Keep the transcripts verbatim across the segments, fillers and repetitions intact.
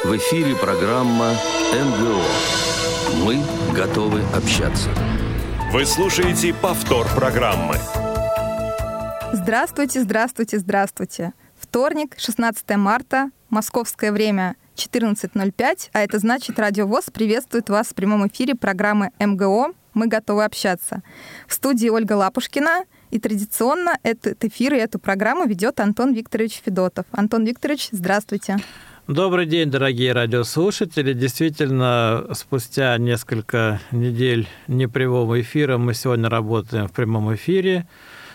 В эфире программа эм гэ о. Мы готовы общаться. Вы слушаете повтор программы. Здравствуйте, здравствуйте, здравствуйте. Вторник, шестнадцатое марта, московское время четырнадцать ноль пять, а это значит, Радио ВОС приветствует вас в прямом эфире программы эм гэ о «Мы готовы общаться». В студии Ольга Лапушкина, и традиционно этот эфир и эту программу ведет Антон Викторович Федотов. Антон Викторович, здравствуйте. Добрый день, дорогие радиослушатели. Действительно, спустя несколько недель непрямого эфира мы сегодня работаем в прямом эфире.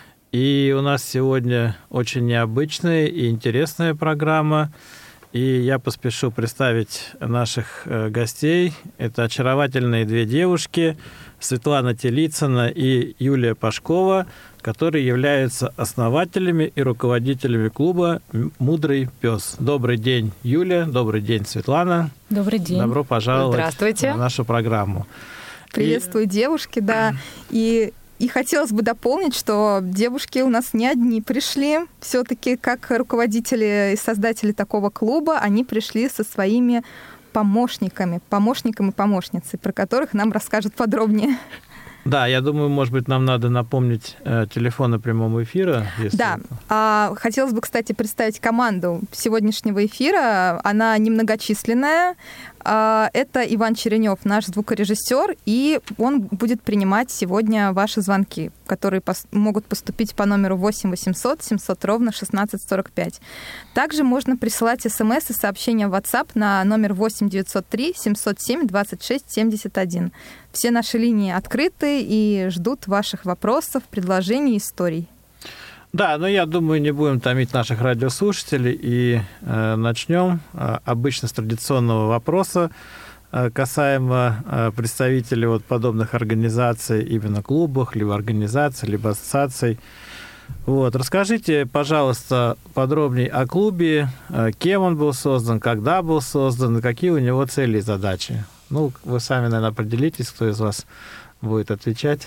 И у нас сегодня очень необычная и интересная программа. И я поспешу представить наших гостей. Это очаровательные две девушки, Светлана Телицына и Юлия Пашкова, которые являются основателями и руководителями клуба «Мудрый пес». Добрый день, Юлия. Добрый день, Светлана. Добрый день. Добро пожаловать Здравствуйте. на нашу программу. Приветствую, и... девушки, да. И, и хотелось бы дополнить, что девушки у нас не одни пришли. Все-таки как руководители и создатели такого клуба, они пришли со своими помощниками, помощником и помощницей, про которых нам расскажут подробнее. Да, я думаю, может быть, нам надо напомнить э, телефоны прямого эфира. Если... Да, а, хотелось бы, кстати, представить команду сегодняшнего эфира. Она немногочисленная. А, это Иван Черенев, наш звукорежиссер, и он будет принимать сегодня ваши звонки, которые пос- могут поступить по номеру восемь восемьсот семьсот ровно шестнадцать сорок пять. Также можно присылать смс и сообщения в WhatsApp на номер восемь девятьсот три семьсот семь двадцать шесть семьдесят один. Все наши линии открыты и ждут ваших вопросов, предложений, историй. Да, но я думаю, не будем томить наших радиослушателей и э, начнем э, обычно с традиционного вопроса э, касаемо э, представителей вот подобных организаций, именно клубах, либо организаций, либо ассоциаций. Вот. Расскажите, пожалуйста, подробнее о клубе, э, кем он был создан, когда был создан, и какие у него цели и задачи. Ну, вы сами, наверное, определитесь, кто из вас будет отвечать.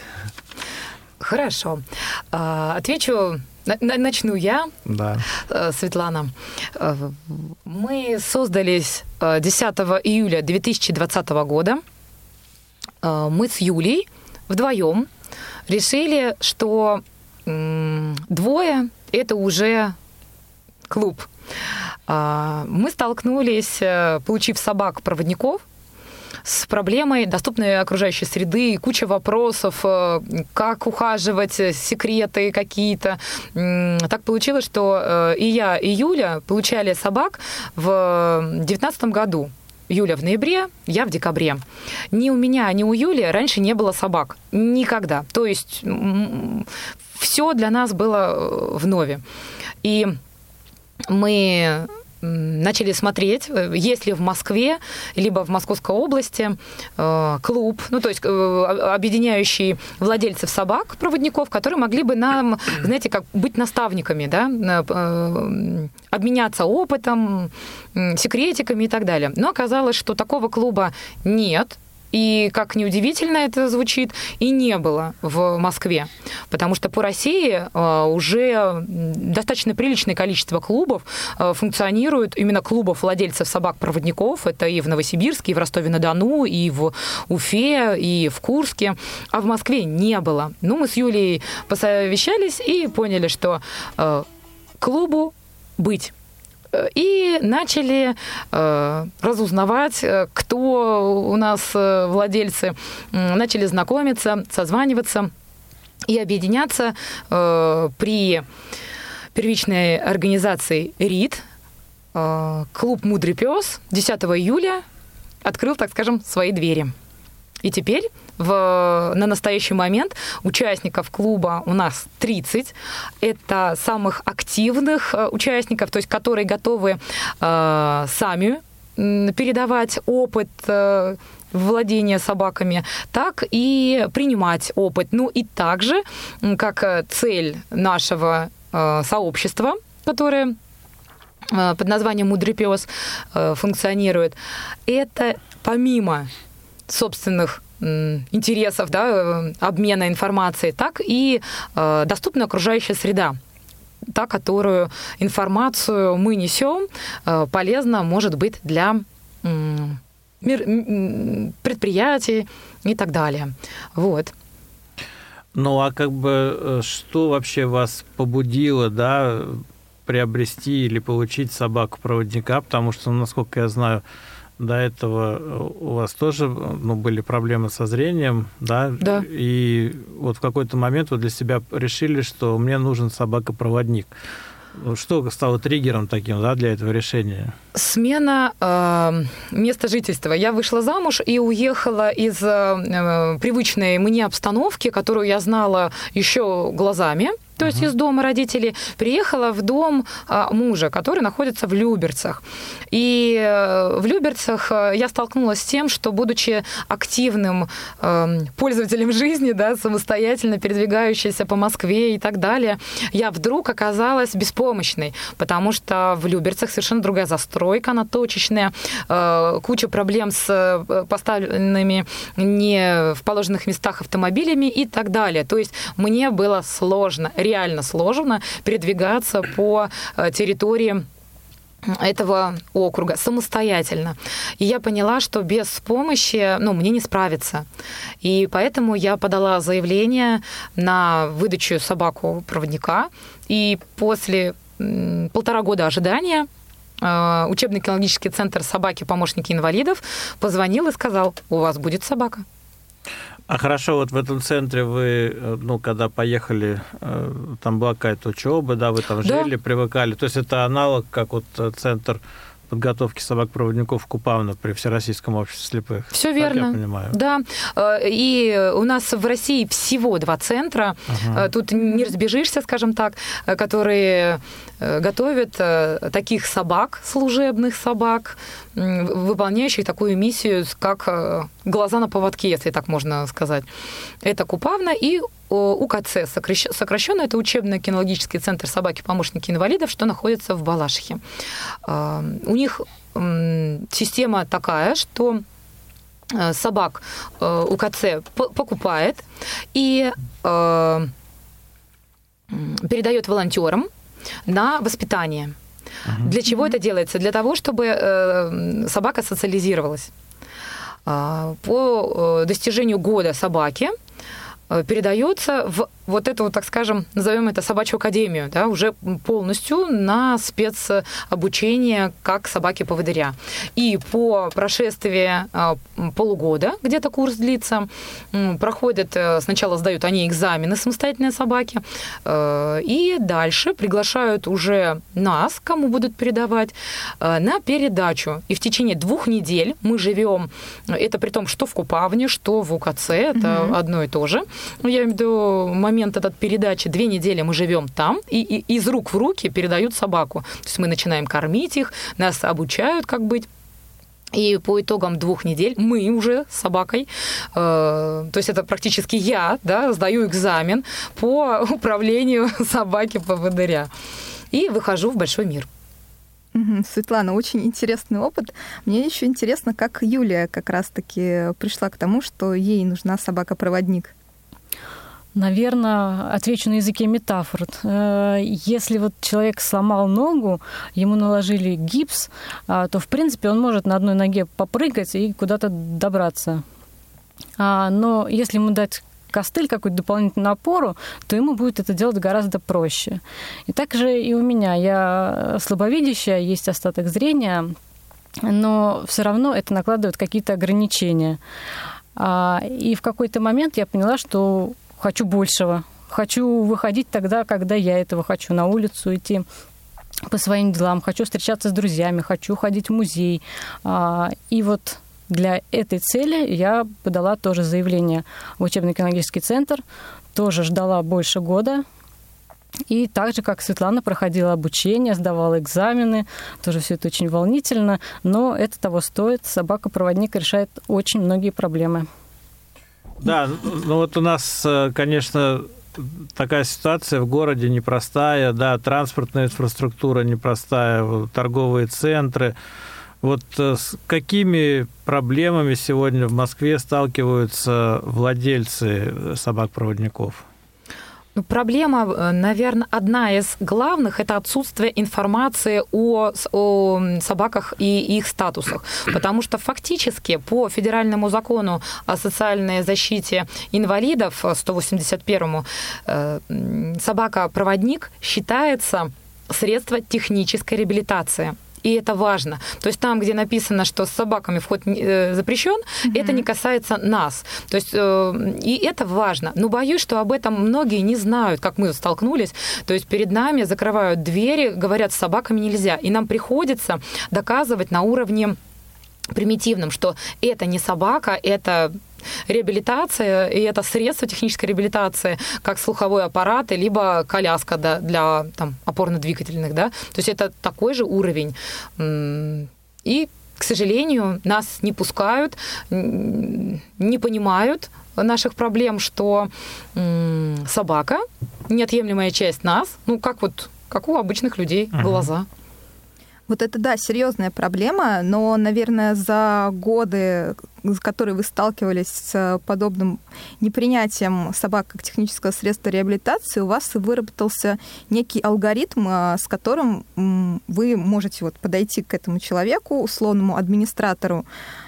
Хорошо. Отвечу, начну я, да. Светлана. Мы создались десятого июля две тысячи двадцатого года. Мы с Юлей вдвоем решили, что двое – это уже клуб. Мы столкнулись, получив собак-проводников, с проблемой доступной окружающей среды, куча вопросов, как ухаживать, секреты какие-то. Так получилось, что и я, и Юля получали собак в девятнадцатом году. Юля в ноябре, я в декабре. Ни у меня, ни у Юли раньше не было собак. Никогда. То есть все для нас было вновь. И мы начали смотреть, есть ли в Москве, либо в Московской области э, клуб, ну, то есть э, объединяющий владельцев собак, проводников, которые могли бы нам, знаете, как быть наставниками, да, э, обменяться опытом, э, секретиками и так далее. Но оказалось, что такого клуба нет. И, как ни удивительно это звучит, и не было в Москве. Потому что по России уже достаточно приличное количество клубов функционирует, именно клубов владельцев собак-проводников. Это и в Новосибирске, и в Ростове-на-Дону, и в Уфе, и в Курске. А в Москве не было. Ну, мы с Юлей посовещались и поняли, что клубу быть. И начали э, разузнавать, кто у нас владельцы, начали знакомиться, созваниваться и объединяться э, при первичной организации РИД. Э, клуб «Мудрый пес» десятого июля открыл, так скажем, свои двери. И теперь в, на настоящий момент участников клуба у нас тридцать. Это самых активных участников, то есть которые готовы э, сами передавать опыт э, владения собаками, так и принимать опыт. Ну и также, как цель нашего э, сообщества, которое э, под названием «Мудрый пес» э, функционирует, это помимо собственных интересов, да, обмена информацией, так и э, доступная окружающая среда, та, которую информацию мы несем, э, полезна может быть для предприятий и так далее. Вот. Ну, а как бы что вообще вас побудило, да, приобрести или получить собаку-проводника? Потому что, насколько я знаю, до этого у вас тоже, ну, были проблемы со зрением, да? Да. И вот в какой-то момент вы для себя решили, что мне нужен собака-проводник. Что стало триггером таким, да, для этого решения? Смена э, места жительства. Я вышла замуж и уехала из э, привычной мне обстановки, которую я знала еще глазами, то есть uh-huh. из дома родителей, приехала в дом а, мужа, который находится в Люберцах. И э, в Люберцах я столкнулась с тем, что, будучи активным э, пользователем жизни, да, самостоятельно передвигающейся по Москве и так далее, я вдруг оказалась беспомощной, потому что в Люберцах совершенно другая застройка, она точечная, э, куча проблем с поставленными не в положенных местах автомобилями и так далее. То есть мне было сложно, реально сложно передвигаться по территории этого округа самостоятельно. И я поняла, что без помощи, ну, мне не справиться. И поэтому я подала заявление на выдачу собаку-проводника. И после м, полтора года ожидания э, учебно-кинологический центр собаки-помощники инвалидов позвонил и сказал: у вас будет собака. А хорошо, вот в этом центре вы, ну, когда поехали, там была какая-то учеба, да, вы там да. жили, привыкали. То есть это аналог, как вот центр подготовки собак-проводников Купавна при Всероссийском обществе слепых. Все верно. Я понимаю. Да. И у нас в России всего два центра. Uh-huh. Тут не разбежишься, скажем так, которые готовят таких собак, служебных собак, выполняющих такую миссию, как глаза на поводке, если так можно сказать. Это Купавна и УКЦ, сокращенно, это учебно-кинологический центр собаки-помощники инвалидов, что находится в Балашихе. У них система такая, что собак УКЦ покупает и передает волонтерам на воспитание. Uh-huh. Для чего это делается? Для того, чтобы собака социализировалась. По достижению года собаки передается в вот эту, так скажем, назовем это собачью академию, да, уже полностью на спецобучение как собаки-поводыря. И по прошествии полугода, где-то курс длится, проходят, сначала сдают они экзамены самостоятельные собаки, и дальше приглашают уже нас, кому будут передавать, на передачу. И в течение двух недель мы живем, это при том, что в Купавне, что в УКЦ, это mm-hmm. одно и то же. Я имею в виду момент этот передачи, две недели мы живем там, и, и из рук в руки передают собаку. То есть мы начинаем кормить их, нас обучают, как быть. И по итогам двух недель мы уже с собакой, э, то есть это практически я, да, сдаю экзамен по управлению собаки-поводыря. И выхожу в большой мир. Светлана, очень интересный опыт. Мне еще интересно, как Юлия как раз-таки пришла к тому, что ей нужна собака-проводник. Наверное, отвечу на языке метафор. Если вот человек сломал ногу, ему наложили гипс, то, в принципе, он может на одной ноге попрыгать и куда-то добраться. Но если ему дать костыль, какую-то дополнительную опору, то ему будет это делать гораздо проще. И так же и у меня. Я слабовидящая, есть остаток зрения, но все равно это накладывает какие-то ограничения. И в какой-то момент я поняла, что хочу большего. Хочу выходить тогда, когда я этого хочу, на улицу идти по своим делам. Хочу встречаться с друзьями, хочу ходить в музей. И вот для этой цели я подала тоже заявление в учебно-кинологический центр. Тоже ждала больше года. И так же, как Светлана, проходила обучение, сдавала экзамены. Тоже все это очень волнительно. Но это того стоит. Собака-проводник решает очень многие проблемы. Да, ну вот у нас, конечно, такая ситуация в городе непростая, да, транспортная инфраструктура непростая, торговые центры. Вот с какими проблемами сегодня в Москве сталкиваются владельцы собак-проводников? Ну, проблема, наверное, одна из главных – это отсутствие информации о, о собаках и их статусах. Потому что фактически по федеральному закону о социальной защите инвалидов, сто восемьдесят первому, собака-проводник считается средство технической реабилитации. И это важно. То есть там, где написано, что с собаками вход запрещен, mm-hmm. это не касается нас. То есть, и это важно. Но боюсь, что об этом многие не знают, как мы столкнулись. То есть перед нами закрывают двери, говорят, с собаками нельзя. И нам приходится доказывать на уровне примитивном, что это не собака, это реабилитация, и это средство технической реабилитации, как слуховой аппарат, либо коляска да, для там, опорно-двигательных. Да? То есть это такой же уровень. И, к сожалению, нас не пускают, не понимают наших проблем, что собака – неотъемлемая часть нас, ну, как вот как у обычных людей, uh-huh. глаза. Вот это, да, серьезная проблема, но, наверное, за годы, с которыми вы сталкивались с подобным непринятием собак как технического средства реабилитации, у вас выработался некий алгоритм, с которым вы можете вот подойти к этому человеку, условному администратору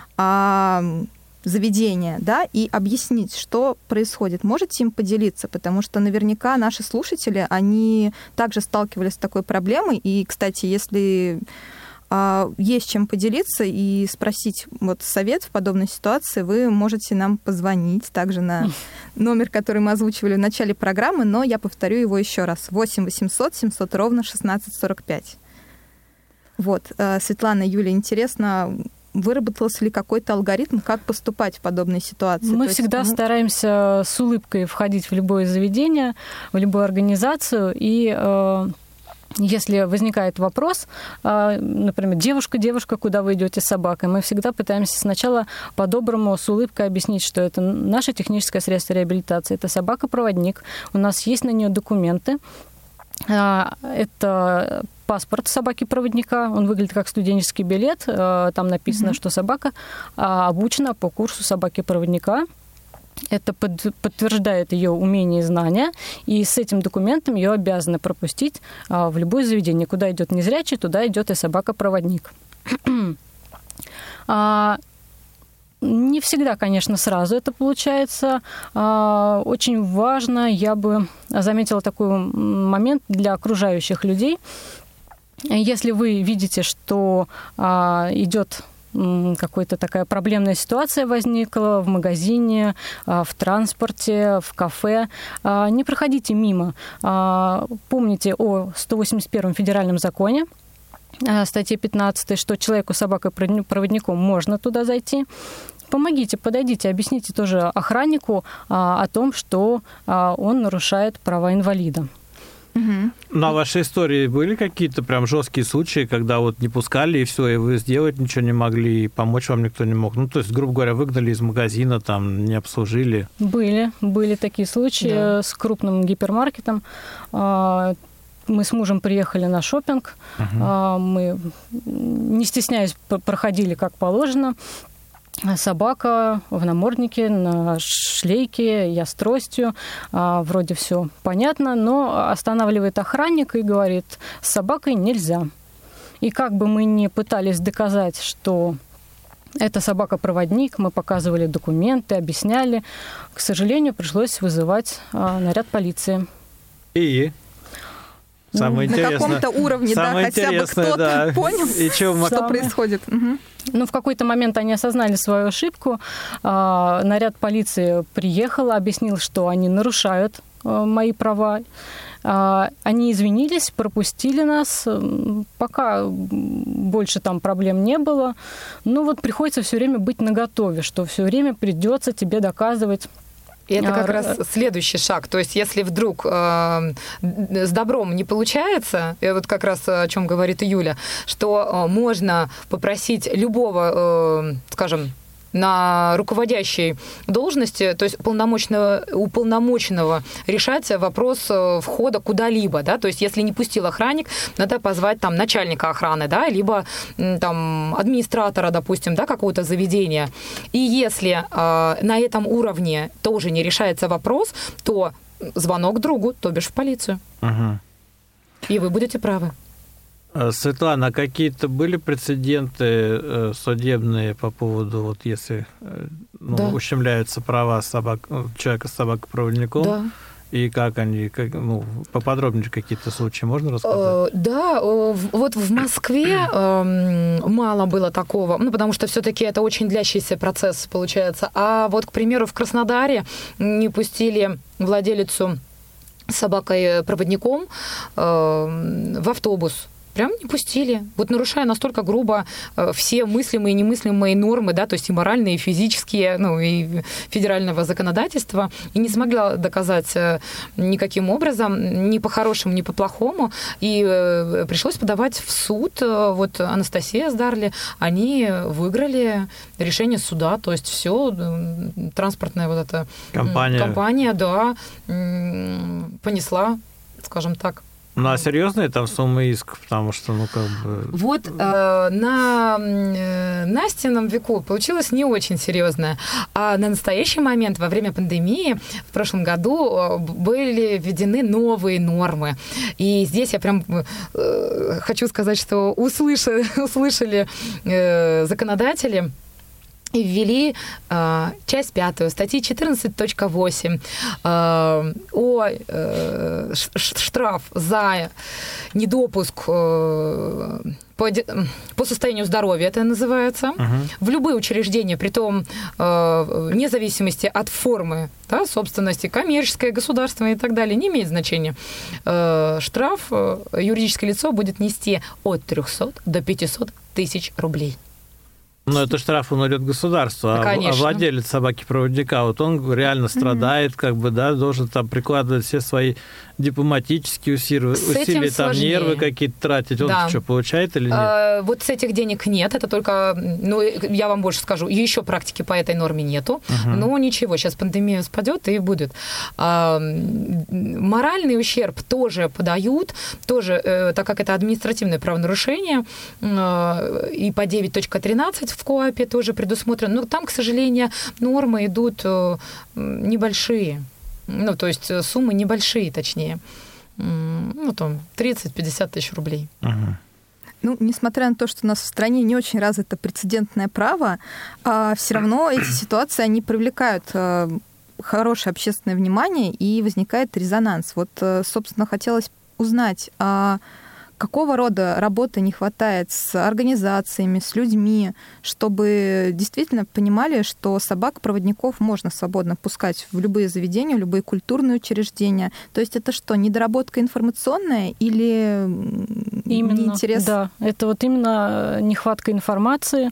заведения, да, и объяснить, что происходит. Можете им поделиться? Потому что наверняка наши слушатели, они также сталкивались с такой проблемой. И, кстати, если а, есть чем поделиться и спросить вот совет в подобной ситуации, вы можете нам позвонить также на номер, который мы озвучивали в начале программы, но я повторю его еще раз. восемь восемьсот семьсот ровно шестнадцать сорок пять. Вот, Светлана, Юля, интересно, выработался ли какой-то алгоритм, как поступать в подобной ситуации? Мы То всегда есть, ну... стараемся с улыбкой входить в любое заведение, в любую организацию, и э, если возникает вопрос, э, например, девушка, девушка, куда вы идете с собакой, мы всегда пытаемся сначала по-доброму с улыбкой объяснить, что это наше техническое средство реабилитации, это собака-проводник, у нас есть на нее документы, э, это паспорт собаки-проводника, он выглядит как студенческий билет, там написано, mm-hmm. что собака обучена по курсу собаки-проводника. Это под, подтверждает ее умения и знания, и с этим документом ее обязаны пропустить в любое заведение. Куда идет незрячий, туда идет и собака-проводник. Не всегда, конечно, сразу это получается. Очень важно, я бы заметила такой момент для окружающих людей. Если вы видите, что а, идет м, какая-то такая проблемная ситуация возникла в магазине, а, в транспорте, в кафе, а, не проходите мимо. А, помните о сто восемьдесят первом федеральном законе, а, статье пятнадцатой, что человеку с собакой-проводником можно туда зайти. Помогите, подойдите, объясните тоже охраннику а, о том, что а, он нарушает права инвалида. Угу. На вашей истории были какие-то прям жесткие случаи, когда вот не пускали, и все, и вы сделать ничего не могли, и помочь вам никто не мог? Ну, то есть, грубо говоря, выгнали из магазина, там, не обслужили? Были, были такие случаи, да. С крупным гипермаркетом. Мы с мужем приехали на шопинг, uh-huh. мы, не стесняясь, проходили как положено. Собака в наморднике, на шлейке, я с тростью. Вроде все понятно, но останавливает охранник и говорит, с собакой нельзя. И как бы мы ни пытались доказать, что это собака-проводник, мы показывали документы, объясняли, к сожалению, пришлось вызывать наряд полиции. И... Самое на интересное. каком-то уровне, да, хотя бы кто-то да. понял, и что Самое... происходит. Угу. Ну, в какой-то момент они осознали свою ошибку. Наряд полиции приехал, объяснил, что они нарушают мои права. Они извинились, пропустили нас. Пока больше там проблем не было. Ну, вот приходится все время быть наготове, что все время придется тебе доказывать. И это как а, раз следующий шаг. То есть, если вдруг э, с добром не получается, и вот как раз о чем говорит Юля, что э, можно попросить любого, э, скажем, на руководящей должности, то есть уполномоченного, уполномоченного решать вопрос входа куда-либо, да, то есть если не пустил охранник, надо позвать там начальника охраны, да, либо там администратора, допустим, да, какого-то заведения. И если э, на этом уровне тоже не решается вопрос, то звонок другу, то бишь в полицию. Угу. И вы будете правы. Светлана, какие-то были прецеденты судебные по поводу, вот если ну, да. ущемляются права собак, человека с собакопроводником? Да. И как они, как, ну, поподробнее какие-то случаи можно рассказать? Да, вот в Москве мало было такого, ну, потому что все-таки это очень длящийся процесс получается. А вот, к примеру, в Краснодаре не пустили владелицу с собакой-проводником в автобус. Прям не пустили. Вот нарушая настолько грубо все мыслимые и немыслимые нормы, да, то есть и моральные, и физические, ну, и федерального законодательства, и не смогла доказать никаким образом, ни по-хорошему, ни по-плохому, и пришлось подавать в суд. Вот Анастасия с Дарли, они выиграли решение суда, то есть все транспортная вот эта компания, компания да, понесла, скажем так. Ну, а серьезные там суммы исков, потому что, ну, как бы... Вот э, на э, Настином веку получилось не очень серьезное. А на настоящий момент, во время пандемии, в прошлом году были введены новые нормы. И здесь я прям э, хочу сказать, что услышали, услышали э, законодатели, и ввели э, часть пятую статьи четырнадцать точка восемь э, о э, штраф за недопуск э, по, по состоянию здоровья, это называется, uh-huh. в любые учреждения, притом э, вне зависимости от формы, да, собственности, коммерческое, государственное и так далее, не имеет значения. Э, штраф э, юридическое лицо будет нести от трехсот до пятисот тысяч рублей. Ну, это штраф, он идет государству, а, а владелец собаки-проводника, вот он реально страдает, mm-hmm. как бы, да, должен там прикладывать все свои дипломатические усилия, усилия там нервы какие-то тратить. Он да. что, получает или нет? А, вот с этих денег нет, это только, ну, я вам больше скажу, еще практики по этой норме нету, uh-huh. но ничего, сейчас пандемия спадет и будет. А, моральный ущерб тоже подают, тоже, э, так как это административное правонарушение, э, и по девять точка тринадцать в КоАПе тоже предусмотрено, но там, к сожалению, нормы идут э, небольшие. Ну, то есть суммы небольшие, точнее. Ну, там, тридцать-пятьдесят тысяч рублей. Ага. Ну, несмотря на то, что у нас в стране не очень развито прецедентное право, все равно эти ситуации, они привлекают хорошее общественное внимание, и возникает резонанс. Вот, собственно, хотелось узнать, какого рода работы не хватает с организациями, с людьми, чтобы действительно понимали, что собак-проводников можно свободно пускать в любые заведения, в любые культурные учреждения. То есть это что, недоработка информационная или именно, неинтерес? Да, это вот именно нехватка информации.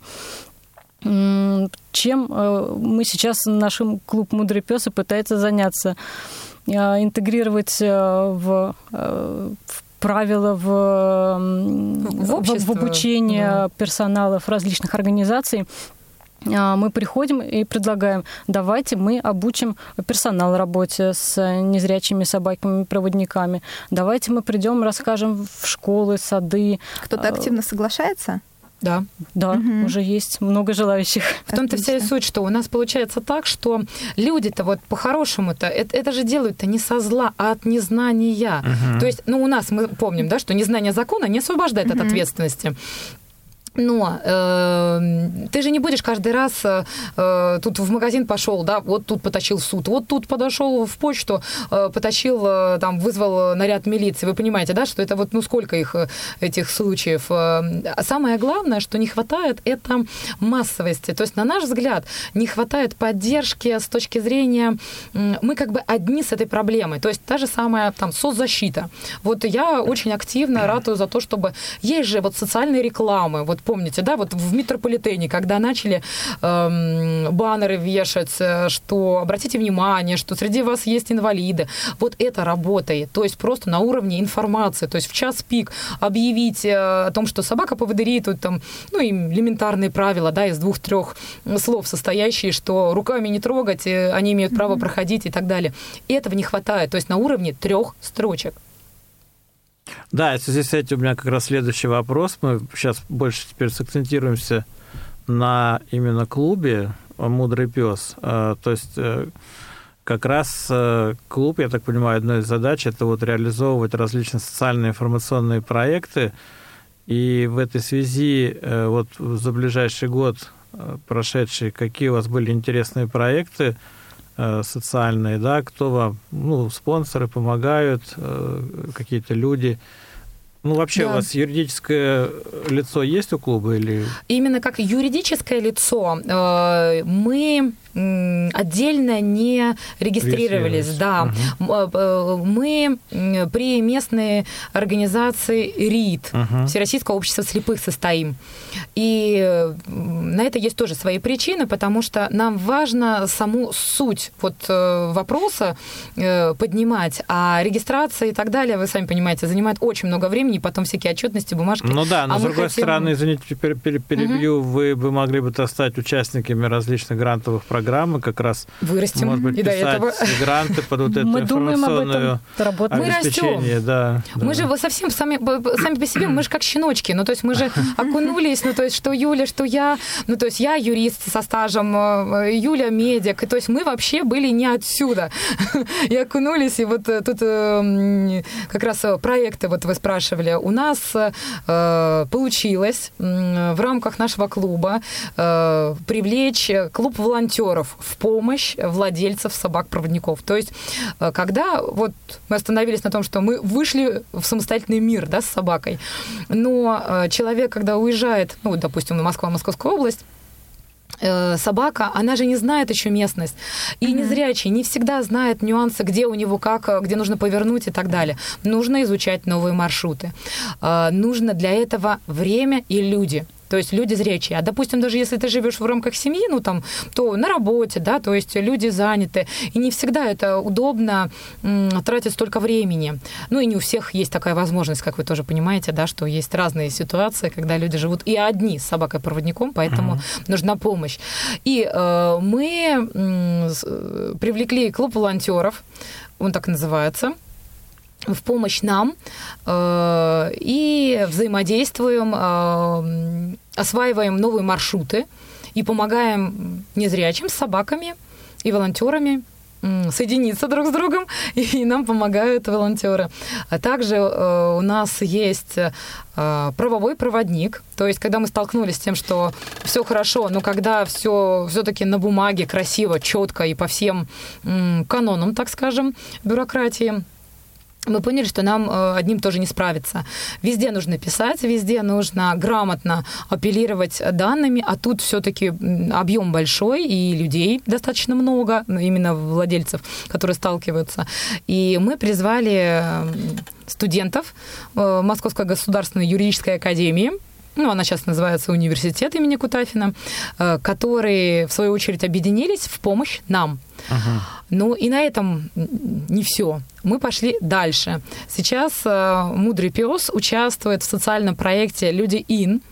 Чем мы сейчас, наш клуб «Мудрый пёс» и пытается заняться. Интегрировать в, в правила в, в, в, в обучение да. персоналов различных организаций. Мы приходим и предлагаем, давайте мы обучим персонал работе с незрячими собаками-проводниками. Давайте мы придем, расскажем в школы, сады. Кто-то активно соглашается? Да. Да, угу. уже есть много желающих. В том-то вся и суть, что у нас получается так, что люди-то вот по-хорошему-то, это, это же делают-то не со зла, а от незнания. Угу. То есть, ну, у нас, мы помним, да, что незнание закона не освобождает угу. от ответственности. Но э, ты же не будешь каждый раз э, тут в магазин пошел, да, вот тут потащил в суд, вот тут подошел в почту, э, потащил, э, там, вызвал наряд милиции. Вы понимаете, да, что это вот, ну, сколько их, этих случаев. А самое главное, что не хватает, это массовости. То есть, на наш взгляд, не хватает поддержки с точки зрения, мы как бы одни с этой проблемой. То есть, та же самая, там, соцзащита. Вот я очень активно ратую за то, чтобы... Есть же вот социальные рекламы, вот помните, да, вот в метрополитене, когда начали э, баннеры вешать, что обратите внимание, что среди вас есть инвалиды, вот это работает, то есть просто на уровне информации, то есть в час пик объявить о том, что собака-поводыри, тут там, ну, элементарные правила, да, из двух-трех слов состоящие, что руками не трогать, они имеют право mm-hmm. проходить и так далее. И этого не хватает, то есть на уровне трех строчек. Да, в связи с этим у меня как раз следующий вопрос. Мы сейчас больше теперь сакцентируемся на именно клубе «Мудрый пёс». То есть как раз клуб, я так понимаю, одной из задач – это вот реализовывать различные социальные информационные проекты. И в этой связи вот за ближайший год прошедший, какие у вас были интересные проекты социальные, да, кто вам, ну, спонсоры помогают, какие-то люди. Ну, вообще, да. У вас юридическое лицо есть у клуба или... Именно как юридическое лицо мы отдельно не регистрировались. Да. Угу. Мы при местной организации РИД, угу. Всероссийского общества слепых, состоим. И на это есть тоже свои причины, потому что нам важно саму суть вот вопроса поднимать, а регистрация и так далее, вы сами понимаете, занимает очень много времени, потом всякие отчетности, бумажки. Ну да, но а с другой хотим... стороны, извините, перебью, угу. вы бы могли бы стать участниками различных грантовых программ, и как раз, вырастем. Может быть, и писать этого... гранты под вот это информационное обеспечение. Да, мы да. же совсем сами, сами по себе, мы же как щеночки, ну то есть мы же окунулись, ну то есть что Юля, что я, ну то есть я юрист со стажем, Юля медик, и то есть мы вообще были не отсюда. И окунулись, и вот тут как раз проекты, вот вы спрашивали, у нас получилось в рамках нашего клуба привлечь клуб волонтеров в помощь владельцев собак-проводников. То есть, когда вот мы остановились на том, что мы вышли в самостоятельный мир, да, с собакой, но человек, когда уезжает, ну, допустим, на Москва, Московская область, собака, она же не знает еще местность. И mm-hmm. незрячий не всегда знает нюансы, где у него как, где нужно повернуть и так далее. Нужно изучать новые маршруты. Нужно для этого время и люди. То есть люди зрячие. А, допустим, даже если ты живешь в рамках семьи, ну, там, то на работе, да, то есть люди заняты. И не всегда это удобно м, тратить столько времени. Ну, и не у всех есть такая возможность, как вы тоже понимаете, да, что есть разные ситуации, когда люди живут и одни с собакой-проводником, поэтому mm-hmm. нужна помощь. И э, мы э, привлекли клуб волонтеров, он так и называется, в помощь нам э, и взаимодействуем, э, осваиваем новые маршруты и помогаем незрячим с собаками и волонтерами э, соединиться друг с другом, и нам помогают волонтеры. А также э, у нас есть э, правовой проводник, то есть когда мы столкнулись с тем, что все хорошо, но когда все все-таки на бумаге красиво, четко и по всем э, канонам, так скажем, бюрократии, мы поняли, что нам одним тоже не справиться. Везде нужно писать, везде нужно грамотно апеллировать данными, а тут все-таки объем большой, и людей достаточно много, именно владельцев, которые сталкиваются. И мы призвали студентов Московской государственной юридической академии, ну, она сейчас называется университет имени Кутафина, которые, в свою очередь, объединились в помощь нам. Ага. Ну, и на этом не все. Мы пошли дальше. Сейчас «Мудрый пес» участвует в социальном проекте «Люди Ин»,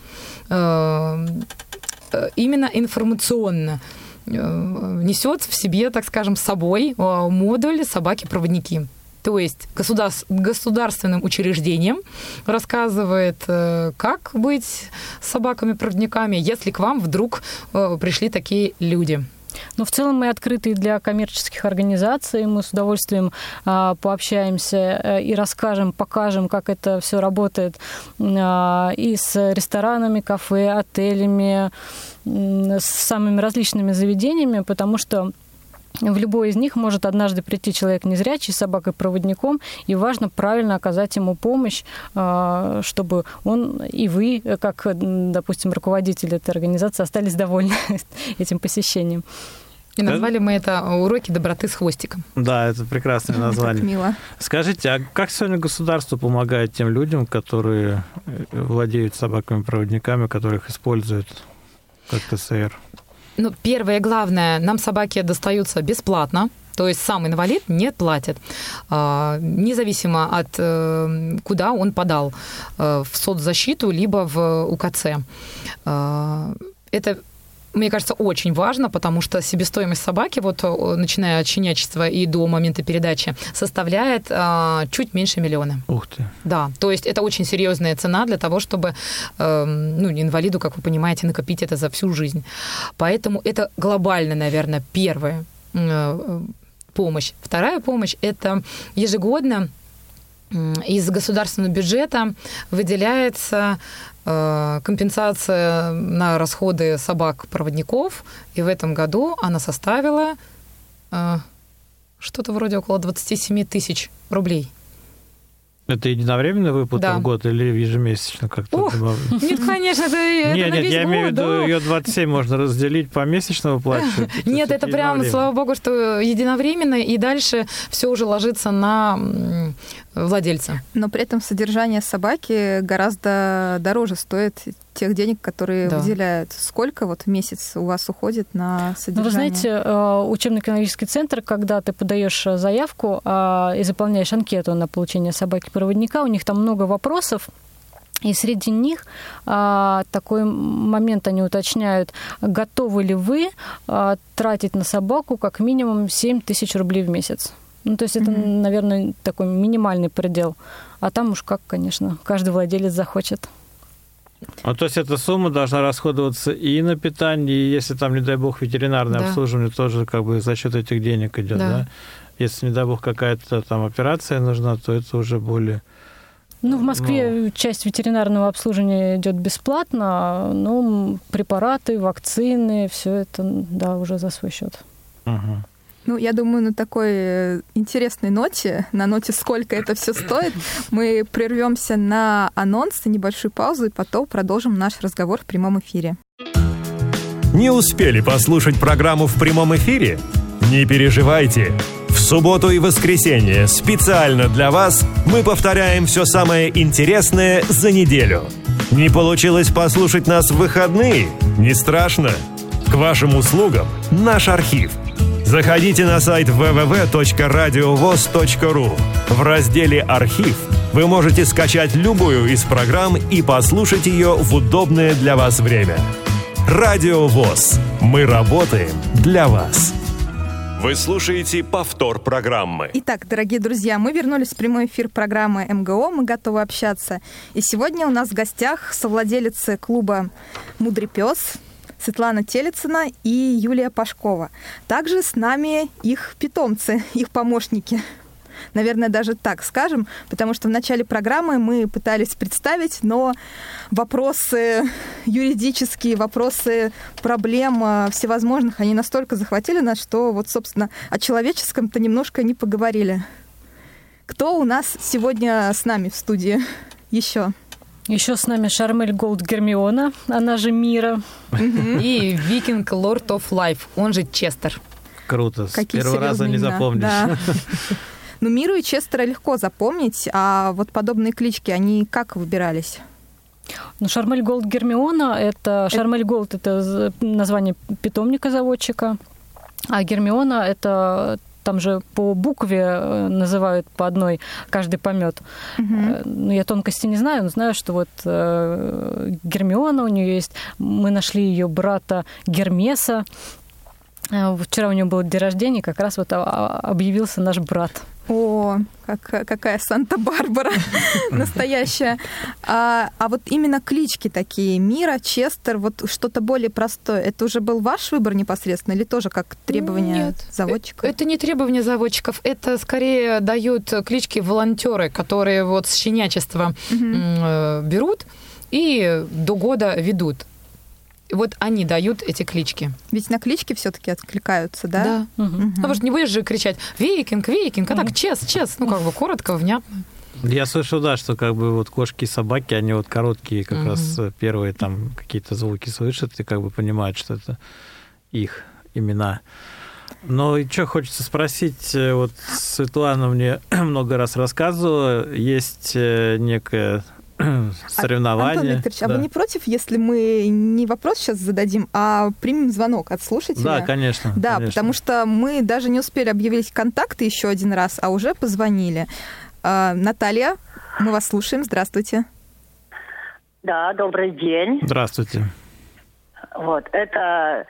именно информационно несет в себе, так скажем, с собой модуль «Собаки-проводники». То есть государств, государственным учреждением рассказывает, как быть с собаками-проводниками, если к вам вдруг пришли такие люди. Но в целом мы открыты для коммерческих организаций, мы с удовольствием а, пообщаемся и расскажем, покажем, как это все работает а, и с ресторанами, кафе, отелями, с самыми различными заведениями, потому что в любой из них может однажды прийти человек незрячий с собакой-проводником, и важно правильно оказать ему помощь, чтобы он и вы, как, допустим, руководитель этой организации, остались довольны этим посещением. И назвали мы это «Уроки доброты с хвостиком». Да, это прекрасное название. Как мило. Скажите, а как сегодня государство помогает тем людям, которые владеют собаками-проводниками, которых используют как ТСР? Ну, первое и главное, нам собаки достаются бесплатно, то есть сам инвалид не платит, независимо от куда он подал, в соцзащиту либо в УКЦ. Это, мне кажется, очень важно, потому что себестоимость собаки, вот начиная от щенячества и до момента передачи, составляет а, чуть меньше миллиона. Ух ты. Да, то есть это очень серьезная цена для того, чтобы э, ну, инвалиду, как вы понимаете, накопить это за всю жизнь. Поэтому это глобально, наверное, первое. Э, помощь. Вторая помощь – это ежегодно из государственного бюджета выделяется э, компенсация на расходы собак-проводников, и в этом году она составила э, что-то вроде около двадцать семь тысяч рублей. Это единовременный выплата Да. в год или ежемесячно как-то? Ох, нет, конечно, это, это Нет, на нет, весь я год, имею в виду, да. ее двадцать семь можно разделить, помесячно выплачивать. Нет, это прям, слава богу, что единовременно, и дальше все уже ложится на м, владельца. Но при этом содержание собаки гораздо дороже стоит тех денег, которые Да. выделяют. Сколько вот в месяц у вас уходит на Ну, содержание? вы знаете, учебно-кинологический центр, когда ты подаешь заявку а, и заполняешь анкету на получение собаки-проводника, у них там много вопросов, и среди них а, такой момент они уточняют, готовы ли вы а, тратить на собаку как минимум семь тысяч рублей в месяц. Ну, то есть это, Мгм. наверное, такой минимальный предел. А там уж как, конечно, каждый владелец захочет. А то есть эта сумма должна расходоваться и на питание, и если там, не дай бог, ветеринарное Да. обслуживание тоже как бы за счет этих денег идет, да. Да. Если, не дай бог, какая-то там операция нужна, то это уже более... Ну, в Москве часть ветеринарного обслуживания идет бесплатно, но препараты, вакцины, все это, да, уже за свой счет. Угу. Ну, я думаю, на такой э, интересной ноте, на ноте, сколько это все стоит, мы прервемся на анонс, на небольшую паузу, и потом продолжим наш разговор в прямом эфире. Не успели послушать программу в прямом эфире? Не переживайте. В субботу и воскресенье специально для вас мы повторяем все самое интересное за неделю. Не получилось послушать нас в выходные? Не страшно. К вашим услугам наш архив. Заходите на сайт дабл ю дабл ю дабл ю точка радиовоз точка ру. В разделе «Архив» вы можете скачать любую из программ и послушать ее в удобное для вас время. Радио ВОС. Мы работаем для вас. Вы слушаете повтор программы. Итак, дорогие друзья, мы вернулись в прямой эфир программы эм гэ о «Мы готовы общаться». И сегодня у нас в гостях совладелицы клуба «Мудрый пес» Светлана Телицына и Юлия Пашкова. Также с нами их питомцы, их помощники. Наверное, даже так скажем, потому что в начале программы мы пытались представить, но вопросы юридические, вопросы проблем всевозможных, они настолько захватили нас, что вот, собственно, о человеческом-то немножко не поговорили. Кто у нас сегодня с нами в студии еще? Еще с нами Шармель Голд Гермиона, она же Мира. И Викинг Lord of Life, он же Честер. Круто. С Какие первого раза серьезные не имена. запомнишь. Да. Ну, Миру и Честера легко запомнить, а вот подобные клички, они как выбирались? Ну, Шармель Голд Гермиона, это... Шармель Голд — это название питомника-заводчика, а Гермиона — это... Там же по букве называют по одной каждый помет. Угу. Ну, я тонкости не знаю, но знаю, что вот э, Гермиона у нее есть. Мы нашли ее брата Гермеса. Вчера у него был день рождения, как раз вот объявился наш брат. О, как, какая Санта-Барбара настоящая. А, а вот именно клички такие, Мира, Честер, вот что-то более простое, это уже был ваш выбор непосредственно или тоже как требование Нет, заводчика? Это не требование заводчиков, это скорее дают клички волонтеры, которые вот с щенячества Мгм. берут и до года ведут. Вот они дают эти клички. Ведь на клички все-таки откликаются, да? Да. Мгм. Мгм. Ну, потому что не будешь же кричать «Викинг, Викинг», а так «Чес, Чес», ну, как бы коротко, внятно. Я слышал, да, что как бы вот кошки и собаки, они вот короткие, как Мгм. раз первые там какие-то звуки слышат и как бы понимают, что это их имена. Но и что хочется спросить, вот Светлана мне много раз рассказывала, есть некое соревнование. Антон Викторович, а Да. вы не против, если мы не вопрос сейчас зададим, а примем звонок от слушателя? Да, конечно. Да, конечно. потому что мы даже не успели объявить контакты еще один раз, а уже позвонили. А, Наталья, мы вас слушаем. Здравствуйте. Да, добрый день. Здравствуйте. Вот, это...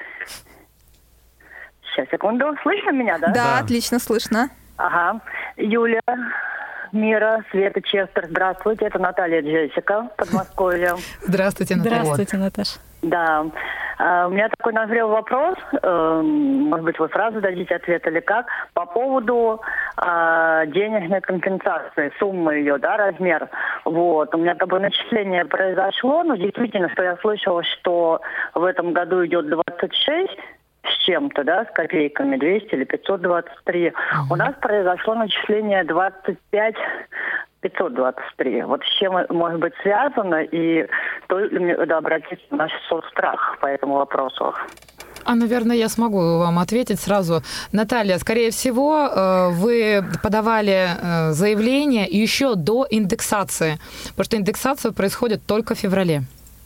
Сейчас, секунду. Слышно меня, да? Да, Да. отлично слышно. Ага. Юля, Мира, Света, Честер, здравствуйте. Это Наталья Джессика, Подмосковье. Здравствуйте, Наталья. Здравствуйте, Наташа. Да. А, у меня такой назрел вопрос, э, может быть, вы сразу дадите ответ или как, по поводу э, денежной компенсации, суммы ее, да, размер. Вот, у меня как бы начисление произошло, но действительно, что я слышала, что в этом году идет двадцать шесть с чем-то, да, с копейками, двести или пятьсот двадцать три. Uh-huh. У нас произошло начисление двадцать пять пятьсот двадцать три. Вот с чем может быть связано, и стоит ли мне обратиться в наш соцстрах по этому вопросу? А, наверное, я смогу вам ответить сразу. Наталья, скорее всего, вы подавали заявление еще до индексации, потому что индексация происходит только в феврале.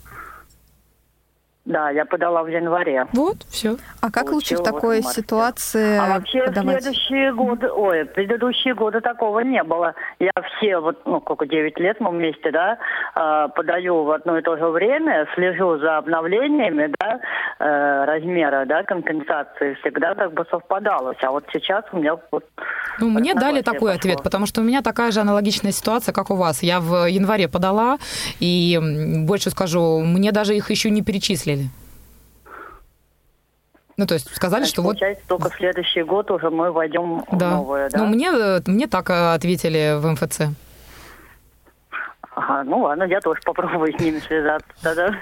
Да, я подала в январе. Вот, все. А как лучше в такой ситуации А вообще подавать? в следующие годы, ой, предыдущие годы такого не было. Я все, вот, ну, сколько, девять лет мы вместе, да, подаю в одно и то же время, слежу за обновлениями, да, размера, да, компенсации, всегда как бы совпадалось. А вот сейчас у меня вот... Ну, мне дали такой пошло. Ответ, потому что у меня такая же аналогичная ситуация, как у вас. Я в январе подала, и больше скажу, мне даже их еще не перечислили. Ну, то есть сказали, Значит, что получается, вот... только в следующий год уже мы войдем да. в новое, да? Ну, мне, мне так ответили в эм эф цэ. Ага, ну ладно, я тоже попробую с ними связаться тогда.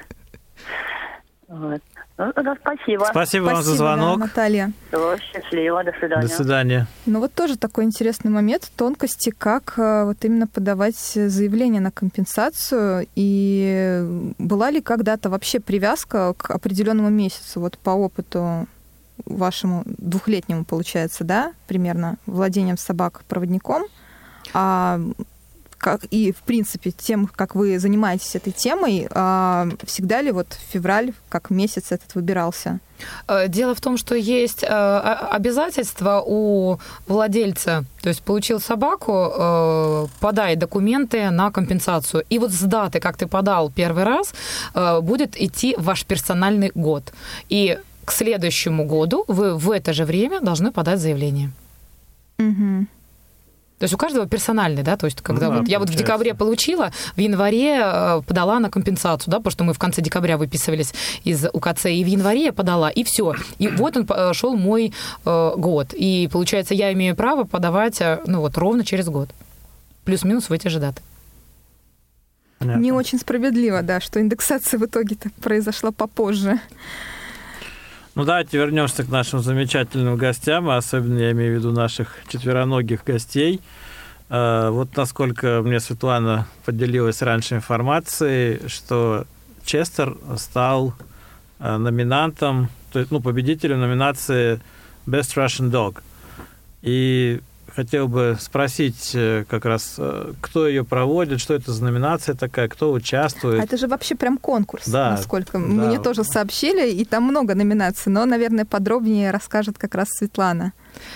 Вот. Ну, тогда спасибо. Спасибо вам за звонок. Да, Наталья. Все, счастливо, до свидания. До свидания. Ну вот тоже такой интересный момент, тонкости, как вот именно подавать заявление на компенсацию, и была ли когда-то вообще привязка к определенному месяцу, вот по опыту вашему двухлетнему, получается, да, примерно, владением собак-проводником, а как, и, в принципе, тем, как вы занимаетесь этой темой, всегда ли вот февраль как месяц этот выбирался? Дело в том, что есть обязательства у владельца, то есть получил собаку, подай документы на компенсацию. И вот с даты, как ты подал первый раз, будет идти ваш персональный год. И к следующему году вы в это же время должны подать заявление. Угу. То есть у каждого персональный, да, то есть когда ну, вот да, я вот в декабре получила, в январе подала на компенсацию, да, потому что мы в конце декабря выписывались из у ка цэ, и в январе я подала, и все. И вот он шел мой э, год. И получается, я имею право подавать, ну вот, ровно через год. Плюс-минус в эти же даты. Понятно. Не очень справедливо, да, что индексация в итоге-то произошла попозже. Ну, давайте вернемся к нашим замечательным гостям, а особенно я имею в виду наших четвероногих гостей. Вот насколько мне Светлана поделилась раньше информацией, что Честер стал номинантом, то есть, ну, победителем номинации Best Russian Dog. И хотел бы спросить как раз, кто ее проводит, что это за номинация такая, кто участвует. А это же вообще прям конкурс, да, насколько. да. Мне тоже сообщили, и там много номинаций, но, наверное, подробнее расскажет как раз Светлана.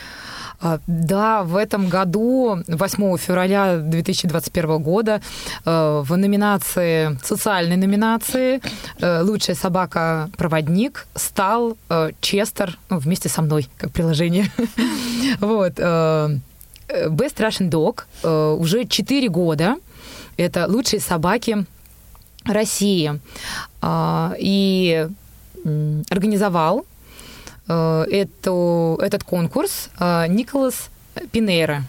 Да, в этом году, восьмого февраля две тысячи двадцать первого года, в номинации, социальной номинации «Лучшая собака-проводник» стал Честер, ну, вместе со мной, как приложение. Вот. Best Russian Dog уже четыре года. Это лучшие собаки России. И организовал Эту, этот конкурс Николас Пинейра.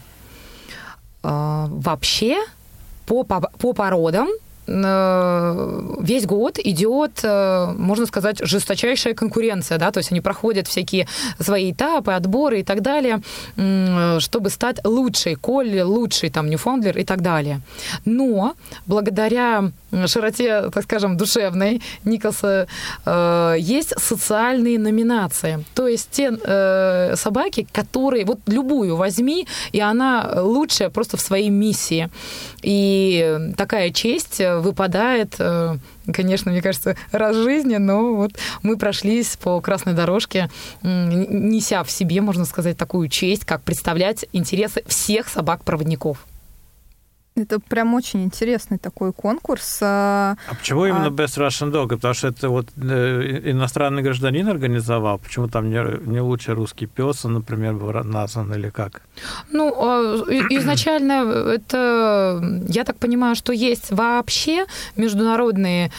Вообще, по, по породам весь год идет, можно сказать, жесточайшая конкуренция, да, то есть они проходят всякие свои этапы, отборы и так далее, чтобы стать лучшей Колли, лучшей там Ньюфаундлер и так далее. Но благодаря широте, так скажем, душевной Николаса есть социальные номинации, то есть те собаки, которые, вот любую возьми, и она лучшая просто в своей миссии. И такая честь выпадает, конечно, мне кажется, раз в жизни, но вот мы прошлись по красной дорожке, неся в себе, можно сказать, такую честь, как представлять интересы всех собак-проводников. Это прям очень интересный такой конкурс. А почему именно а... Best Russian Dog? Потому что это вот иностранный гражданин организовал. Почему там не, не лучший русский пес, например, был назван или как? Ну, изначально это, я так понимаю, что есть вообще международный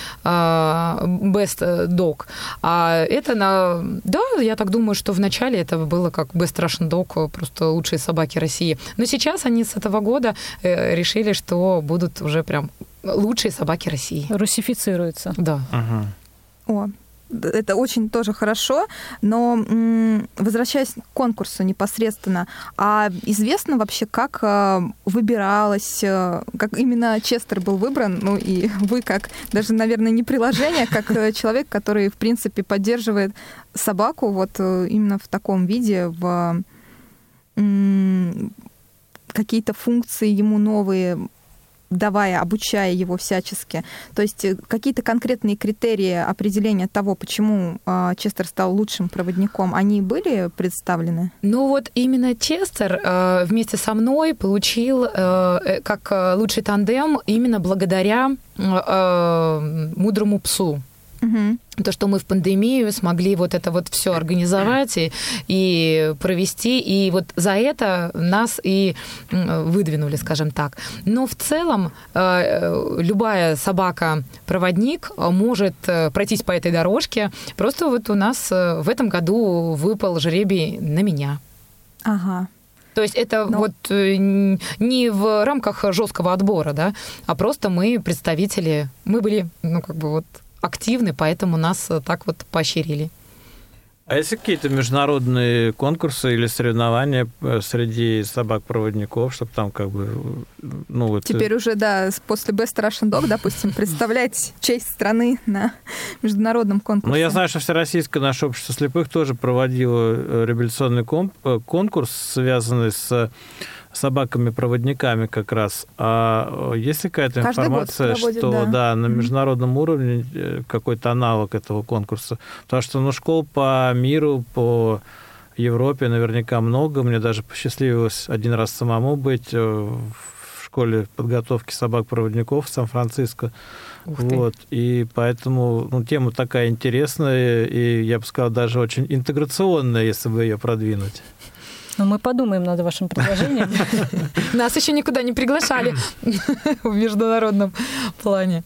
Best Dog. А это, на... да, я так думаю, что вначале это было как Best Russian Dog, просто лучшие собаки России. Но сейчас они с этого года решили, что будут уже прям лучшие собаки России. Русифицируются. Да. Угу. О, это очень тоже хорошо, но м- возвращаясь к конкурсу непосредственно, а известно вообще, как э, выбиралось, э, как именно Честер был выбран, ну и вы как, даже, наверное, не приложение, как э, человек, который, в принципе, поддерживает собаку вот э, именно в таком виде, в м- какие-то функции ему новые, давая, обучая его всячески. То есть какие-то конкретные критерии определения того, почему э, Честер стал лучшим проводником, они были представлены? Ну вот именно Честер э, вместе со мной получил э, как лучший тандем именно благодаря э, мудрому псу. Угу. То, что мы в пандемию смогли вот это вот все организовать и, и провести, и вот за это нас и выдвинули, скажем так. Но в целом любая собака-проводник может пройтись по этой дорожке. Просто вот у нас в этом году выпал жребий на меня. Ага. То есть это Но... вот не в рамках жесткого отбора, да, а просто мы представители, мы были, ну, как бы вот активны, поэтому нас так вот поощрили. А есть какие-то международные конкурсы или соревнования среди собак-проводников, чтобы там как бы... Ну, вот... Теперь уже, да, после Best Russian Dog, допустим, представлять честь страны на международном конкурсе. Ну, я знаю, что Всероссийское наше общество слепых тоже проводило революционный конкурс, связанный с собаками-проводниками как раз. А есть ли какая-то Каждый информация, проводит, что да. Да, на международном уровне какой-то аналог этого конкурса? Потому что ну, школ по миру, по Европе наверняка много. Мне даже посчастливилось один раз самому быть в школе подготовки собак-проводников в Сан-Франциско. Вот. И поэтому ну, тема такая интересная, и, я бы сказал, даже очень интеграционная, если бы ее продвинуть. Ну, мы подумаем над вашим предложением. Нас еще никуда не приглашали в международном плане.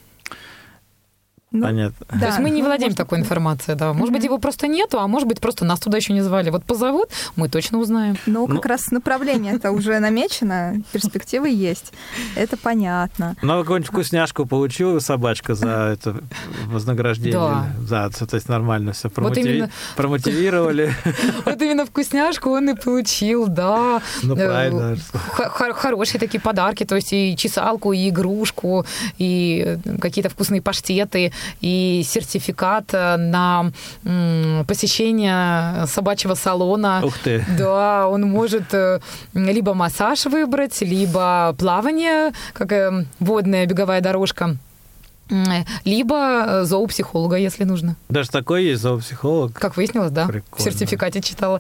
Ну, Понятно. Да, то есть мы не ну, владеем может, такой информацией, да. Может mm-hmm. быть, его просто нету, а может быть, просто нас туда еще не звали. Вот позовут, мы точно узнаем. Ну, как ну, раз направление это уже намечено, перспективы есть. Это понятно. Ну, какую-нибудь вкусняшку получила собачка за это вознаграждение? Да. Да, то есть нормально все промотивировали. Вот именно вкусняшку он и получил, да. Ну, правильно. Хорошие такие подарки, то есть и чесалку, и игрушку, и какие-то вкусные паштеты, и сертификат на посещение собачьего салона. Ух ты! Да, он может либо массаж выбрать, либо плавание, как водная беговая дорожка, либо зоопсихолога, если нужно. Даже такой есть зоопсихолог? Как выяснилось, да. Прикольно. В сертификате читала.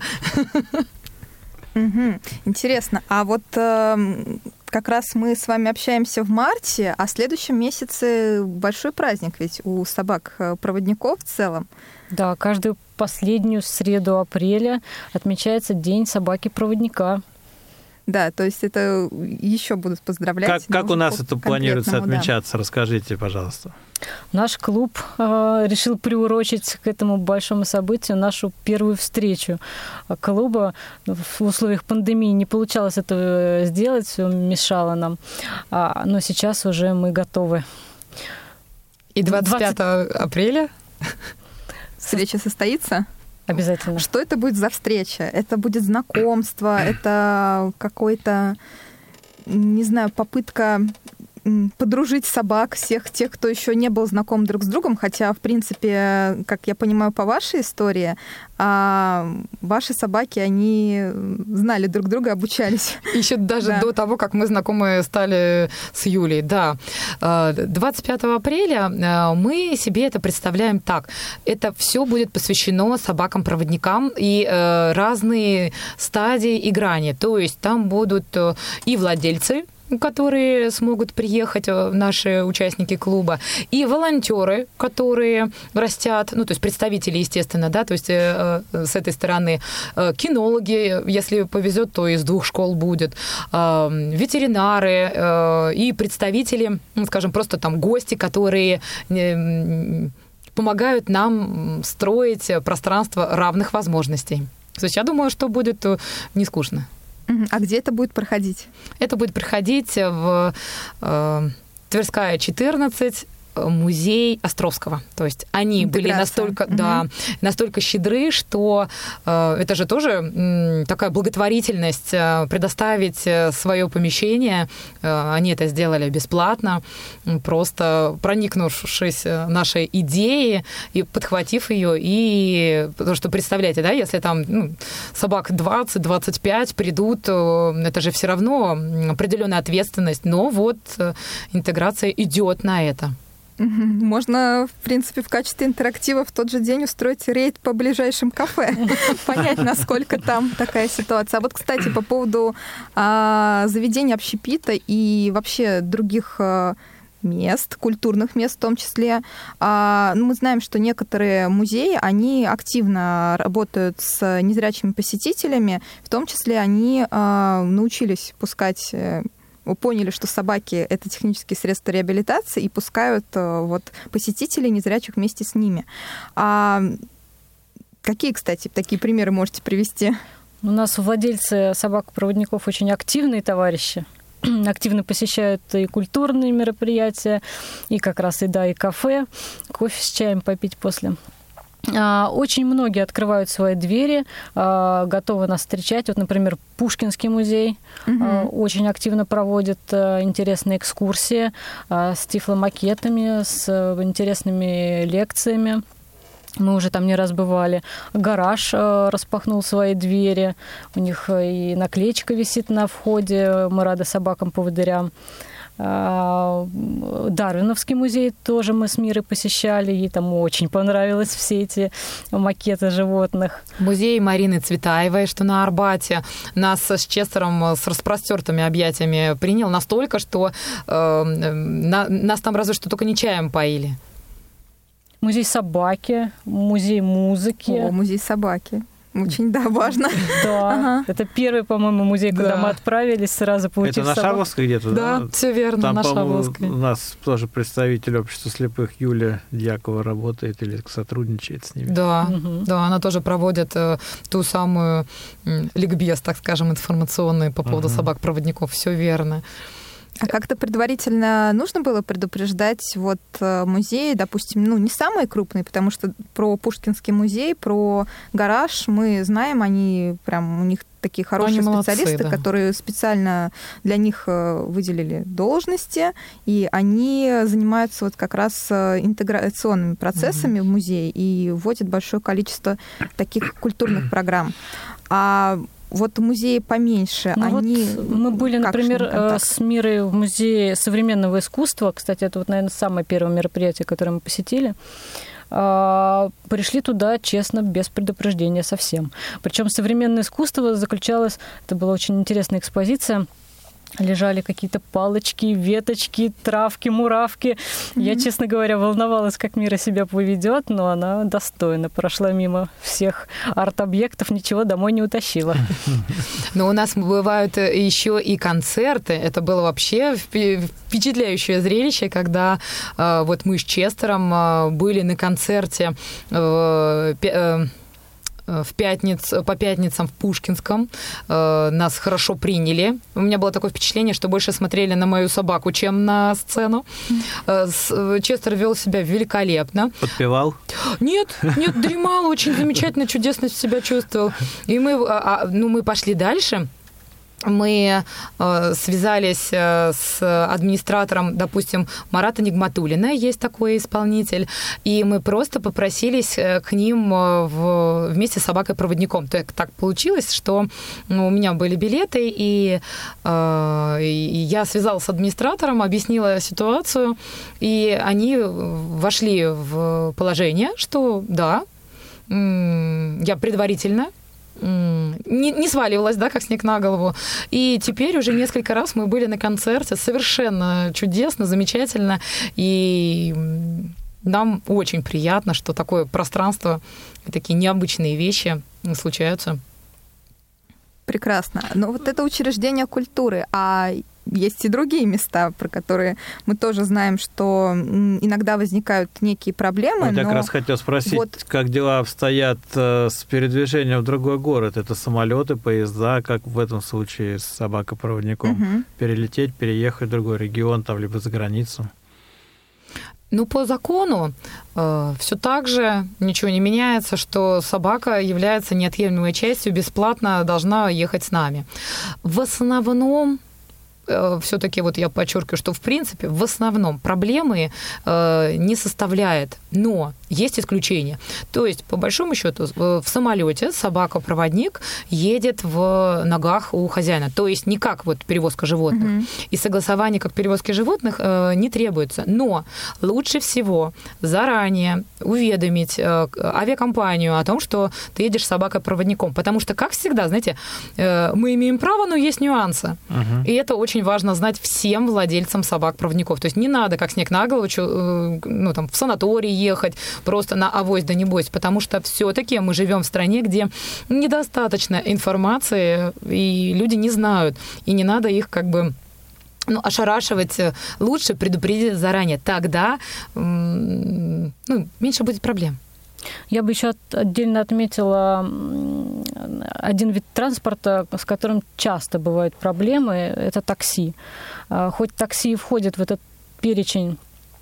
Угу. Интересно. А вот э, как раз мы с вами общаемся в марте, а в следующем месяце большой праздник ведь у собак-проводников в целом. Да, каждую последнюю среду апреля отмечается День собаки-проводника. Да, то есть это еще будут поздравлять. Как, как у нас это планируется отмечаться? Да. Расскажите, пожалуйста. Наш клуб э, решил приурочить к этому большому событию нашу первую встречу клуба. В условиях пандемии не получалось этого сделать, все мешало нам. А, но сейчас уже мы готовы. И двадцать пятого апреля встреча состоится? Обязательно. Что это будет за встреча? Это будет знакомство, это какой-то, не знаю, попытка подружить собак, всех тех, кто еще не был знаком друг с другом, хотя, в принципе, как я понимаю по вашей истории, ваши собаки, они знали друг друга, обучались. Еще даже да. до того, как мы знакомы стали с Юлей, да. двадцать пятого апреля мы себе это представляем так. Это все будет посвящено собакам-проводникам и разные стадии и грани. То есть там будут и владельцы которые смогут приехать, наши участники клуба, и волонтеры, которые растят, ну, то есть представители, естественно, да, то есть э, с этой стороны э, кинологи, если повезет, то из двух школ будет, э, ветеринары э, и представители, ну, скажем, просто там гости, которые э, помогают нам строить пространство равных возможностей. То есть я думаю, что будет не скучно. А где это будет проходить? Это будет проходить в э, Тверская, четырнадцать, музей Островского. То есть они были настолько, угу. да, настолько щедры, что э, это же тоже м, такая благотворительность, э, предоставить свое помещение. Э, они это сделали бесплатно, просто проникнувшись нашей идеей и подхватив ее. И потому что, представляете, да, если там ну, собак двадцать-двадцать пять придут, это же все равно определенная ответственность. Но вот интеграция идет на это. Можно, в принципе, в качестве интерактива в тот же день устроить рейд по ближайшим кафе, понять, насколько там такая ситуация. А вот, кстати, по поводу а, заведения общепита и вообще других а, мест, культурных мест в том числе. А, ну, мы знаем, что некоторые музеи, они активно работают с незрячими посетителями, в том числе они а, научились пускать... поняли, что собаки — это технические средства реабилитации, и пускают вот, посетителей незрячих вместе с ними. А какие, кстати, такие примеры можете привести? У нас владельцы собак-проводников очень активные товарищи. Активно посещают и культурные мероприятия, и как раз и, да, и кафе, кофе с чаем попить после. Очень многие открывают свои двери, готовы нас встречать. Вот, например, Пушкинский музей угу. очень активно проводит интересные экскурсии с тифломакетами, с интересными лекциями. Мы уже там не раз бывали. Гараж распахнул свои двери. У них и наклеечка висит на входе «Мы рады собакам-поводырям». Дарвиновский музей тоже мы с Мирой посещали, ей там очень понравилось все эти макеты животных. Музей Марины Цветаевой, что на Арбате, нас с Честером с распростертыми объятиями принял настолько, что э, на, нас там разве что только не чаем поили. Музей собаки, музей музыки. О, музей собаки. Очень, да, важно. Да, ага. Это первый, по-моему, музей, куда да. мы отправились, сразу получив собак. Это на Шавловской где-то, да? Да, все верно, там, на Шавловской. У нас тоже представитель общества слепых Юлия Дьякова работает или сотрудничает с ними. Да, угу. да, она тоже проводит э, ту самую э, ликбез, так скажем, информационный по поводу угу. собак-проводников. Все верно. А как-то предварительно нужно было предупреждать вот музеи, допустим, ну, не самые крупные, потому что про Пушкинский музей, про гараж мы знаем, они прям, у них такие хорошие они специалисты, молодцы, да. которые специально для них выделили должности, и они занимаются вот как раз интеграционными процессами mm-hmm. в музее и вводят большое количество таких культурных программ. А вот музеи поменьше, ну они... Вот мы были, например, с Мирой в музее современного искусства. Кстати, это вот, наверное, самое первое мероприятие, которое мы посетили. Пришли туда, честно, без предупреждения совсем. Причем современное искусство заключалось... Это была очень интересная экспозиция. Лежали какие-то палочки, веточки, травки, муравки. Mm-hmm. Я, честно говоря, волновалась, как Мира себя поведет, но она достойно прошла мимо всех арт-объектов, ничего домой не утащила. Но у нас бывают еще и концерты. Это было вообще впечатляющее зрелище, когда вот мы с Честером были на концерте в пятницу, по пятницам в Пушкинском. Нас хорошо приняли. У меня было такое впечатление, что больше смотрели на мою собаку, чем на сцену. Честер вел себя великолепно. Подпевал? Нет, нет, дремал, очень замечательно, чудесно себя чувствовал. И мы, ну, мы пошли дальше. Мы э, связались э, с администратором, допустим, Марата Нигматуллина, есть такой исполнитель, и мы просто попросились к ним в, вместе с собакой-проводником. То есть так получилось, что ну, у меня были билеты, и, э, и я связалась с администратором, объяснила ситуацию, и они вошли в положение, что да, я предварительно не, не сваливалась, да, как снег на голову. И теперь уже несколько раз мы были на концерте. Совершенно чудесно, замечательно. И нам очень приятно, что такое пространство и такие необычные вещи случаются. Прекрасно. Но вот это учреждение культуры, а есть и другие места, про которые мы тоже знаем, что иногда возникают некие проблемы. Вот я но... как раз хотел спросить, вот... как дела обстоят с передвижением в другой город? Это самолеты, поезда, как в этом случае с собакопроводником? Угу. Перелететь, переехать в другой регион, там, либо за границу? Ну, по закону э, все так же, ничего не меняется, что собака является неотъемлемой частью, бесплатно должна ехать с нами. В основном, э, все-таки вот я подчеркиваю, что в принципе, в основном проблемы э, не составляет, но есть исключения. То есть, по большому счету, в самолете собака-проводник едет в ногах у хозяина. То есть не как вот перевозка животных. Mm-hmm. И согласование как перевозки животных э, не требуется. Но лучше всего заранее уведомить э, авиакомпанию о том, что ты едешь с собакой-проводником. Потому что, как всегда, знаете, э, мы имеем право, но есть нюансы. Mm-hmm. И это очень важно знать всем владельцам собак-проводников. То есть не надо, как снег на голову, э, ну, там, в санаторий ехать, просто на авось да не бойся, потому что все-таки мы живем в стране, где недостаточно информации, и люди не знают, и не надо их как бы ну, ошарашивать, лучше предупредить заранее. Тогда ну, меньше будет проблем. Я бы еще отдельно отметила один вид транспорта, с которым часто бывают проблемы, это такси. Хоть такси входит в этот перечень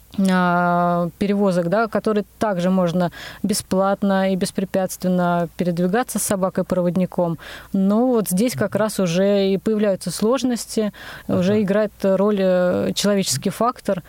перевозок, да, который также можно бесплатно и беспрепятственно передвигаться с собакой-проводником. Но вот здесь как раз уже и появляются сложности, uh-huh. уже играет роль человеческий фактор,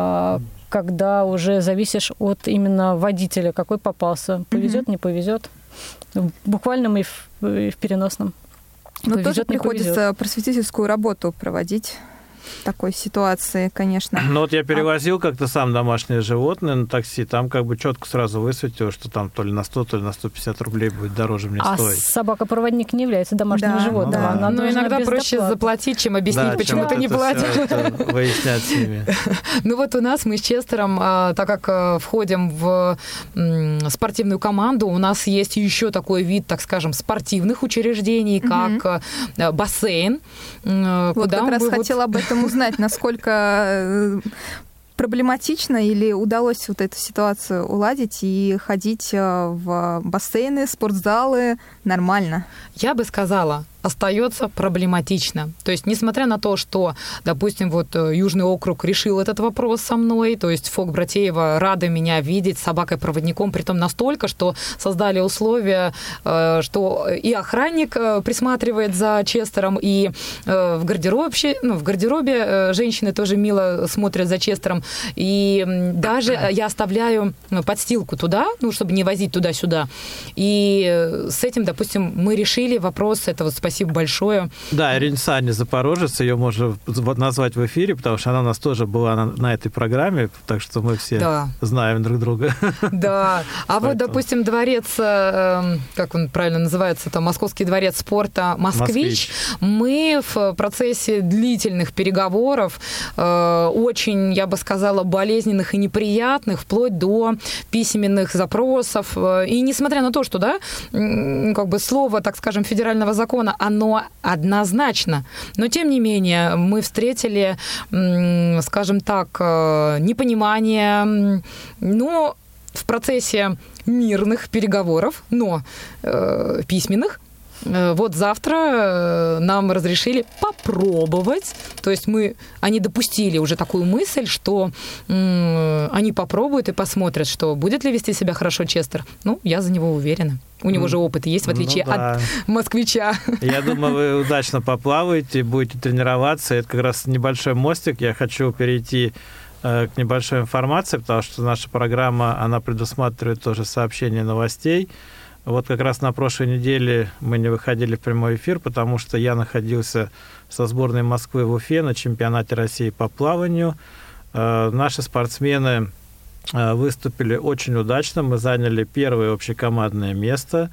когда уже зависишь от именно водителя, какой попался. Повезет, uh-huh. не повезет. В буквальном и в, и в переносном. Но повезет, тоже приходится повезет. Просветительскую работу проводить. Такой ситуации, конечно. Ну вот я перевозил а... как-то сам домашнее животное на такси, там как бы четко сразу высветило, что там то ли на сто, то ли на сто пятьдесят рублей будет дороже мне а стоить. А собака-проводник не является домашним да, животным. Да. Она Но иногда проще доплаты. заплатить, чем объяснить, да, почему ты не платишь. Выяснять с ними. Ну вот у нас мы с Честером, так как входим в спортивную команду, у нас есть еще такой вид, так скажем, спортивных учреждений, как угу. бассейн. Вот как раз вот... хотела об этом узнать, насколько проблематично или удалось вот эту ситуацию уладить и ходить в бассейны, спортзалы нормально? Я бы сказала, остается проблематично. То есть, несмотря на то, что, допустим, вот Южный округ решил этот вопрос со мной, то есть ФОК Братеева рада меня видеть собакой-проводником, притом настолько, что создали условия, что и охранник присматривает за Честером, и в гардеробе, ну, в гардеробе женщины тоже мило смотрят за Честером, и даже я оставляю подстилку туда, ну, чтобы не возить туда-сюда. И с этим, допустим, мы решили вопрос этого спасибо. Спасибо большое. Да, Ирина Саня Запорожец, ее можно назвать в эфире, потому что она у нас тоже была на, на этой программе, так что мы все да. знаем друг друга. Да. А вот, допустим, дворец, как он правильно называется, там Московский дворец спорта «Москвич», «Москвич». Мы в процессе длительных переговоров, очень, я бы сказала, болезненных и неприятных, вплоть до письменных запросов. И несмотря на то, что, да, как бы слово, так скажем, федерального закона, оно однозначно. Но, тем не менее, мы встретили, скажем так, непонимание, но в процессе мирных переговоров, но э, письменных, вот завтра нам разрешили попробовать, то есть мы, они допустили уже такую мысль, что м, они попробуют и посмотрят, что будет ли вести себя хорошо Честер. Ну, я за него уверена. У него же опыт есть, в отличие ну, да. от москвича. Я думаю, вы удачно поплаваете, будете тренироваться. Это как раз небольшой мостик. Я хочу перейти к небольшой информации, потому что наша программа, она предусматривает тоже сообщение новостей. Вот как раз на прошлой неделе мы не выходили в прямой эфир, потому что я находился со сборной Москвы в Уфе на чемпионате России по плаванию. Наши спортсмены выступили очень удачно. Мы заняли первое общекомандное место.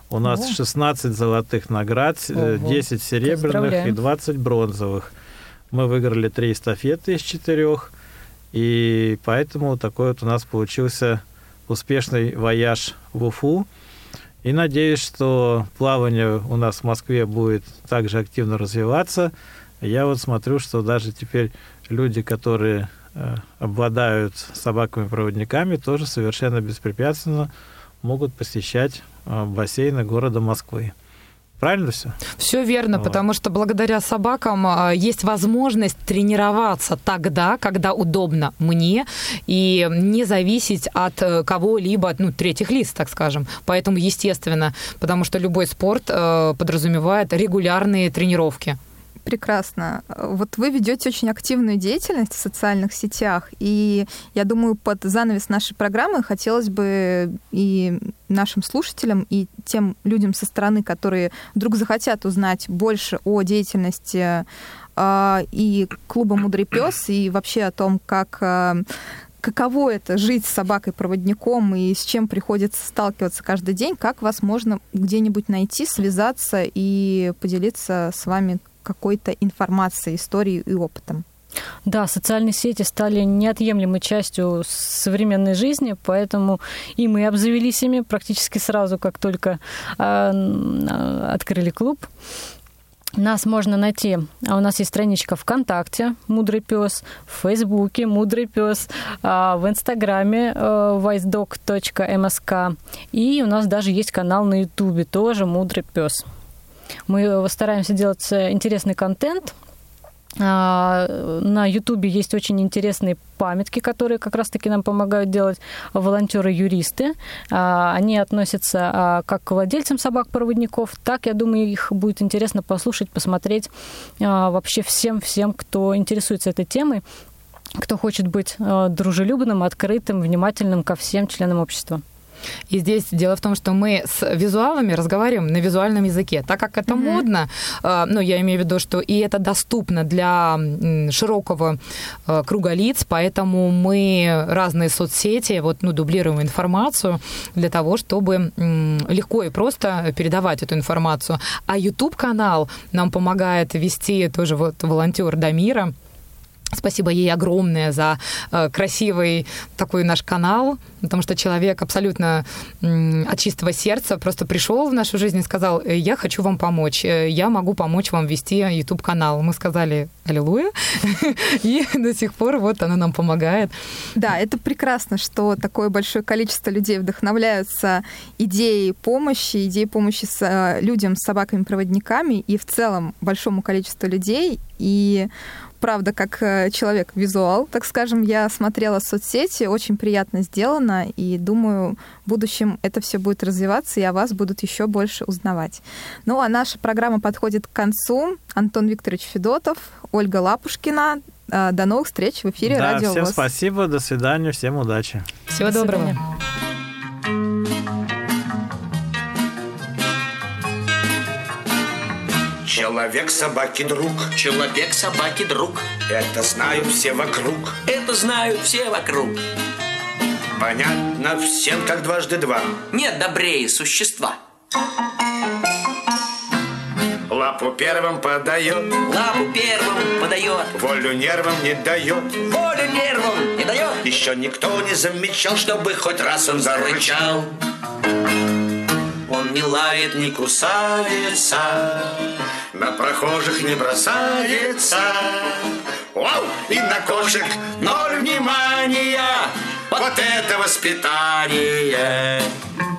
У нас О. шестнадцать золотых наград, Ого. десять серебряных и двадцать бронзовых. Мы выиграли три эстафеты из четырех, и поэтому такой вот у нас получился успешный вояж в Уфу. И надеюсь, что плавание у нас в Москве будет также активно развиваться. Я вот смотрю, что даже теперь люди, которые э, обладают собаками-проводниками, тоже совершенно беспрепятственно могут посещать э, бассейны города Москвы. Правильно все? Все верно, вот. Потому что благодаря собакам есть возможность тренироваться тогда, когда удобно мне, и не зависеть от кого-либо, ну, третьих лиц, так скажем. Поэтому, естественно, потому что любой спорт подразумевает регулярные тренировки. Прекрасно. Вот вы ведете очень активную деятельность в социальных сетях, и я думаю, под занавес нашей программы хотелось бы и нашим слушателям, и тем людям со стороны, которые вдруг захотят узнать больше о деятельности э, и клуба «Мудрый пес», и вообще о том, как... Э, каково это жить с собакой-проводником и с чем приходится сталкиваться каждый день, как вас можно где-нибудь найти, связаться и поделиться с вами какой-то информацией, историей и опытом? Да, социальные сети стали неотъемлемой частью современной жизни, поэтому и мы обзавелись ими практически сразу, как только э, открыли клуб. Нас можно найти, а у нас есть страничка ВКонтакте «Мудрый пес», в Фейсбуке «Мудрый пес», в Инстаграме вайсдог точка эм эс ка, и у нас даже есть канал на Ютубе, тоже «Мудрый пес». Мы стараемся делать интересный контент. На Ютубе есть очень интересные памятки, которые как раз-таки нам помогают делать волонтеры-юристы. Они относятся как к владельцам собак-проводников, так, я думаю, их будет интересно послушать, посмотреть вообще всем-всем, кто интересуется этой темой, кто хочет быть дружелюбным, открытым, внимательным ко всем членам общества. И здесь дело в том, что мы с визуалами разговариваем на визуальном языке. Так как это mm-hmm. модно, ну, я имею в виду, что и это доступно для широкого круга лиц, поэтому мы разные соцсети вот, ну, дублируем информацию для того, чтобы легко и просто передавать эту информацию. А YouTube-канал нам помогает вести тоже вот волонтер Дамира. Спасибо ей огромное за э, красивый такой наш канал, потому что человек абсолютно м, от чистого сердца просто пришел в нашу жизнь и сказал: я хочу вам помочь, я могу помочь вам вести YouTube-канал. Мы сказали аллилуйя, и до сих пор вот она нам помогает. Да, это прекрасно, что такое большое количество людей вдохновляются идеей помощи, идеей помощи с, людям с собаками-проводниками и в целом большому количеству людей. И правда, как человек-визуал, так скажем, я смотрела соцсети, очень приятно сделано, и думаю, в будущем это все будет развиваться, и о вас будут еще больше узнавать. Ну, а наша программа подходит к концу. Антон Викторович Федотов, Ольга Лапушкина. До новых встреч в эфире да, Радио всем ВОС. Спасибо, до свидания, всем удачи. Всего до доброго. Свидания. Человек собаки друг. Человек собаки друг. Это знают все вокруг. Это знают все вокруг. Понятно всем, как дважды два. Нет добрее существа. Лапу первым подает. Лапу первым подает. Волю нервам не дает. Волю нервам не дает. Еще никто не замечал, чтобы хоть раз он зарычал. Он не лает, не кусается, на прохожих не бросается. Вау! И на кошек ноль внимания. Вот это воспитание!